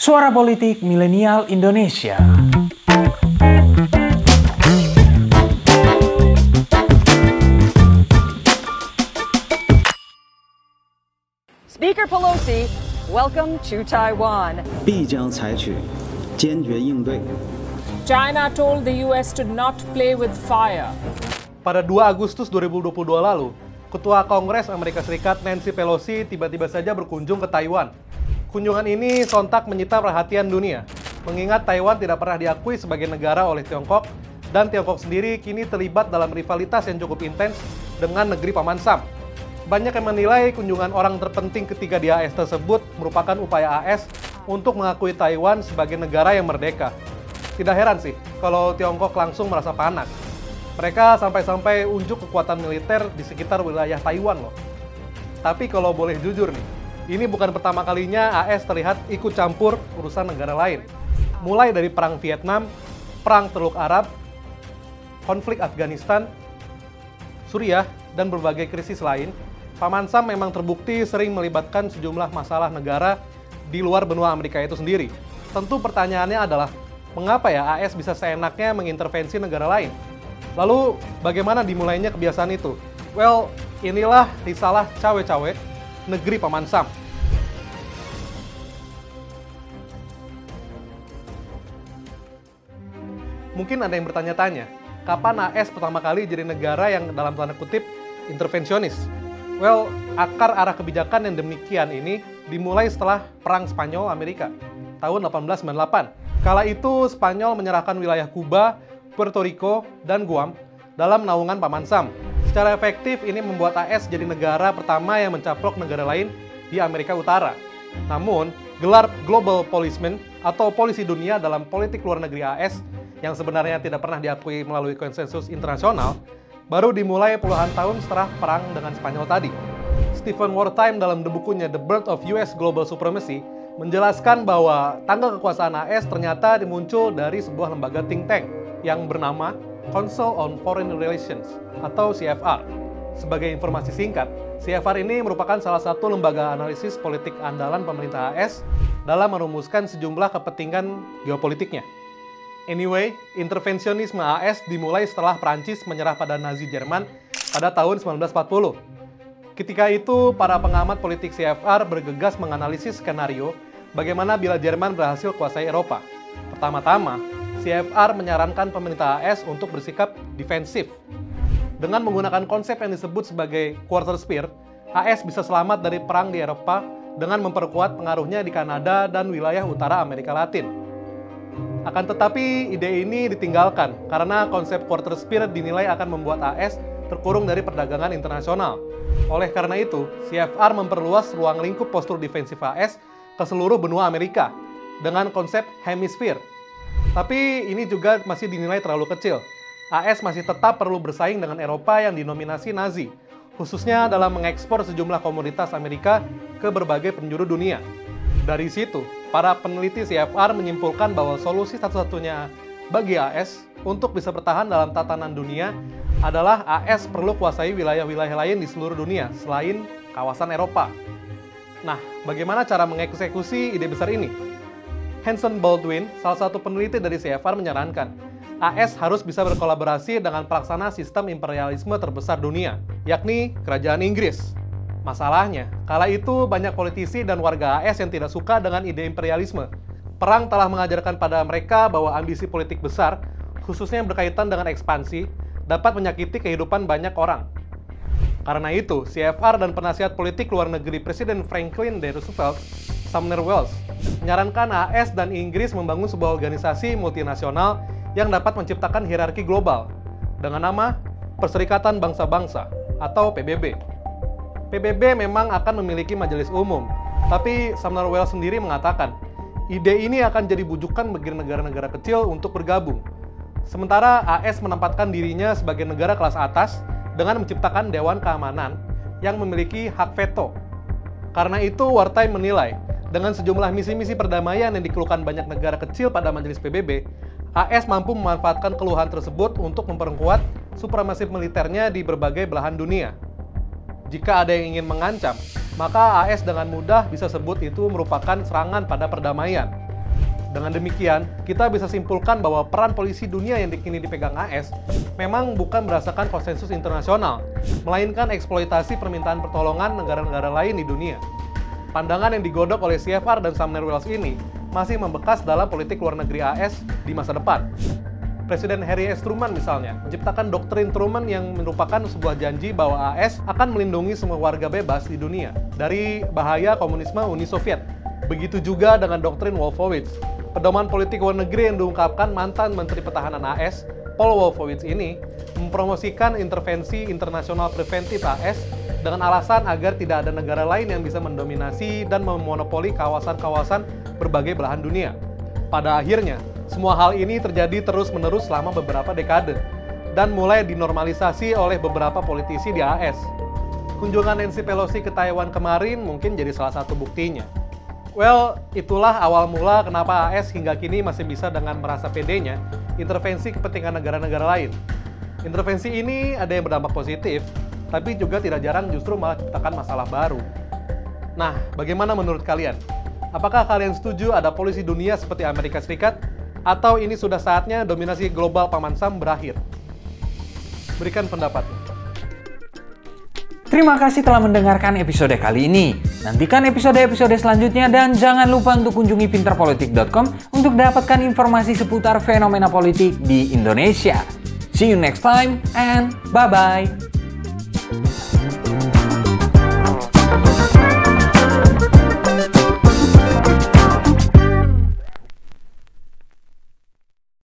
Suara Politik Milenial Indonesia. Speaker Pelosi, welcome to Taiwan. 必将采取坚决应对。 China told the US to not play with fire. Pada 2 Agustus 2022 lalu, Ketua Kongres Amerika Serikat Nancy Pelosi tiba-tiba saja berkunjung ke Taiwan. Kunjungan ini sontak menyita perhatian dunia, mengingat Taiwan tidak pernah diakui sebagai negara oleh Tiongkok, dan Tiongkok sendiri kini terlibat dalam rivalitas yang cukup intens dengan negeri Paman Sam. Banyak yang menilai kunjungan orang terpenting ketiga di AS tersebut merupakan upaya AS untuk mengakui Taiwan sebagai negara yang merdeka. Tidak heran sih kalau Tiongkok langsung merasa panas. Mereka sampai-sampai unjuk kekuatan militer di sekitar wilayah Taiwan loh. Tapi kalau boleh jujur nih, ini bukan pertama kalinya AS terlihat ikut campur urusan negara lain. Mulai dari Perang Vietnam, Perang Teluk Arab, konflik Afghanistan, Suriah, dan berbagai krisis lain, Paman Sam memang terbukti sering melibatkan sejumlah masalah negara di luar benua Amerika itu sendiri. Tentu pertanyaannya adalah, mengapa ya AS bisa seenaknya mengintervensi negara lain? Lalu, bagaimana dimulainya kebiasaan itu? Well, inilah risalah cawe-cawe negeri Paman Sam. Mungkin ada yang bertanya-tanya, kapan AS pertama kali jadi negara yang dalam tanda kutip intervensionis? Well, akar arah kebijakan yang demikian ini dimulai setelah Perang Spanyol-Amerika tahun 1898. Kala itu, Spanyol menyerahkan wilayah Kuba, Puerto Rico, dan Guam dalam naungan Paman Sam. Secara efektif, ini membuat AS jadi negara pertama yang mencaplok negara lain di Amerika Utara. Namun, gelar Global Policeman atau polisi dunia dalam politik luar negeri AS yang sebenarnya tidak pernah diakui melalui konsensus internasional, baru dimulai puluhan tahun setelah perang dengan Spanyol tadi. Stephen Wertheim dalam bukunya The Birth of US Global Supremacy menjelaskan bahwa tanggal kekuasaan AS ternyata muncul dari sebuah lembaga think tank yang bernama Council on Foreign Relations atau CFR. Sebagai informasi singkat, CFR ini merupakan salah satu lembaga analisis politik andalan pemerintah AS dalam merumuskan sejumlah kepentingan geopolitiknya. Anyway, intervensionisme AS dimulai setelah Prancis menyerah pada Nazi Jerman pada tahun 1940. Ketika itu, para pengamat politik CFR bergegas menganalisis skenario bagaimana bila Jerman berhasil kuasai Eropa. Pertama-tama, CFR menyarankan pemerintah AS untuk bersikap defensif. Dengan menggunakan konsep yang disebut sebagai quarter spear, AS bisa selamat dari perang di Eropa dengan memperkuat pengaruhnya di Kanada dan wilayah utara Amerika Latin. Akan tetapi, ide ini ditinggalkan karena konsep quarter spear dinilai akan membuat AS terkurung dari perdagangan internasional. Oleh karena itu, CFR memperluas ruang lingkup postur defensif AS ke seluruh benua Amerika dengan konsep hemisphere. Tapi ini juga masih dinilai terlalu kecil. AS masih tetap perlu bersaing dengan Eropa yang dinominasi Nazi, khususnya dalam mengekspor sejumlah komoditas Amerika ke berbagai penjuru dunia. Dari situ, para peneliti CFR menyimpulkan bahwa solusi satu-satunya bagi AS untuk bisa bertahan dalam tatanan dunia adalah AS perlu kuasai wilayah-wilayah lain di seluruh dunia selain kawasan Eropa. Nah, bagaimana cara mengeksekusi ide besar ini? Hanson Baldwin, salah satu peneliti dari CFR, menyarankan AS harus bisa berkolaborasi dengan pelaksana sistem imperialisme terbesar dunia, yakni Kerajaan Inggris. Masalahnya, kala itu banyak politisi dan warga AS yang tidak suka dengan ide imperialisme. Perang telah mengajarkan pada mereka bahwa ambisi politik besar, khususnya yang berkaitan dengan ekspansi, dapat menyakiti kehidupan banyak orang. Karena itu, CFR dan penasihat politik luar negeri Presiden Franklin D. Roosevelt, Sumner Welles, menyarankan AS dan Inggris membangun sebuah organisasi multinasional yang dapat menciptakan hierarki global dengan nama Perserikatan Bangsa-Bangsa atau PBB. PBB memang akan memiliki majelis umum, tapi Sumner Welles sendiri mengatakan ide ini akan jadi bujukan bagi negara-negara kecil untuk bergabung. Sementara AS menempatkan dirinya sebagai negara kelas atas dengan menciptakan Dewan Keamanan yang memiliki hak veto. Karena itu, Wertheim menilai, dengan sejumlah misi-misi perdamaian yang dikeluhkan banyak negara kecil pada majelis PBB, AS mampu memanfaatkan keluhan tersebut untuk memperkuat supremasi militernya di berbagai belahan dunia. Jika ada yang ingin mengancam, maka AS dengan mudah bisa sebut itu merupakan serangan pada perdamaian. Dengan demikian, kita bisa simpulkan bahwa peran polisi dunia yang kini dipegang AS memang bukan berdasarkan konsensus internasional, melainkan eksploitasi permintaan pertolongan negara-negara lain di dunia. Pandangan yang digodok oleh CFR dan Sumner Welles ini masih membekas dalam politik luar negeri AS di masa depan. Presiden Harry S. Truman misalnya menciptakan doktrin Truman yang merupakan sebuah janji bahwa AS akan melindungi semua warga bebas di dunia dari bahaya komunisme Uni Soviet. Begitu juga dengan doktrin Wolfowitz. Pedoman politik luar negeri yang diungkapkan mantan Menteri Pertahanan AS, Paul Wolfowitz ini mempromosikan intervensi internasional preventif AS dengan alasan agar tidak ada negara lain yang bisa mendominasi dan memonopoli kawasan-kawasan berbagai belahan dunia. Pada akhirnya, semua hal ini terjadi terus-menerus selama beberapa dekade dan mulai dinormalisasi oleh beberapa politisi di AS. Kunjungan Nancy Pelosi ke Taiwan kemarin mungkin jadi salah satu buktinya. Well, itulah awal mula kenapa AS hingga kini masih bisa dengan merasa pedenya intervensi kepentingan negara-negara lain. Intervensi ini ada yang berdampak positif, tapi juga tidak jarang justru malah menciptakan masalah baru. Nah, bagaimana menurut kalian? Apakah kalian setuju ada polisi dunia seperti Amerika Serikat? Atau ini sudah saatnya dominasi global Paman Sam berakhir? Berikan pendapatnya. Terima kasih telah mendengarkan episode kali ini. Nantikan episode-episode selanjutnya dan jangan lupa untuk kunjungi pinterpolitik.com untuk dapatkan informasi seputar fenomena politik di Indonesia. See you next time and bye-bye.